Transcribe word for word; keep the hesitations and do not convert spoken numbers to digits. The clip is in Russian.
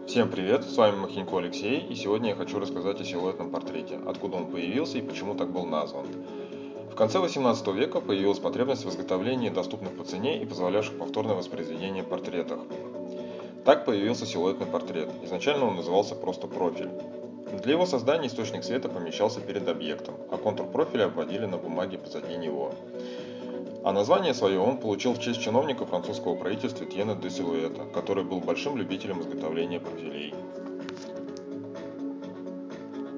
Всем привет, с вами Махинько Алексей, и сегодня я хочу рассказать о силуэтном портрете, откуда он появился и почему так был назван. В конце восемнадцатого века появилась потребность в изготовлении доступных по цене и позволявших повторное воспроизведение портретах. Так появился силуэтный портрет, изначально он назывался просто профиль. Для его создания источник света помещался перед объектом, а контур профиля обводили на бумаге позади него. А название свое он получил в честь чиновника французского правительства Этьена де Силуэта, который был большим любителем изготовления профилей.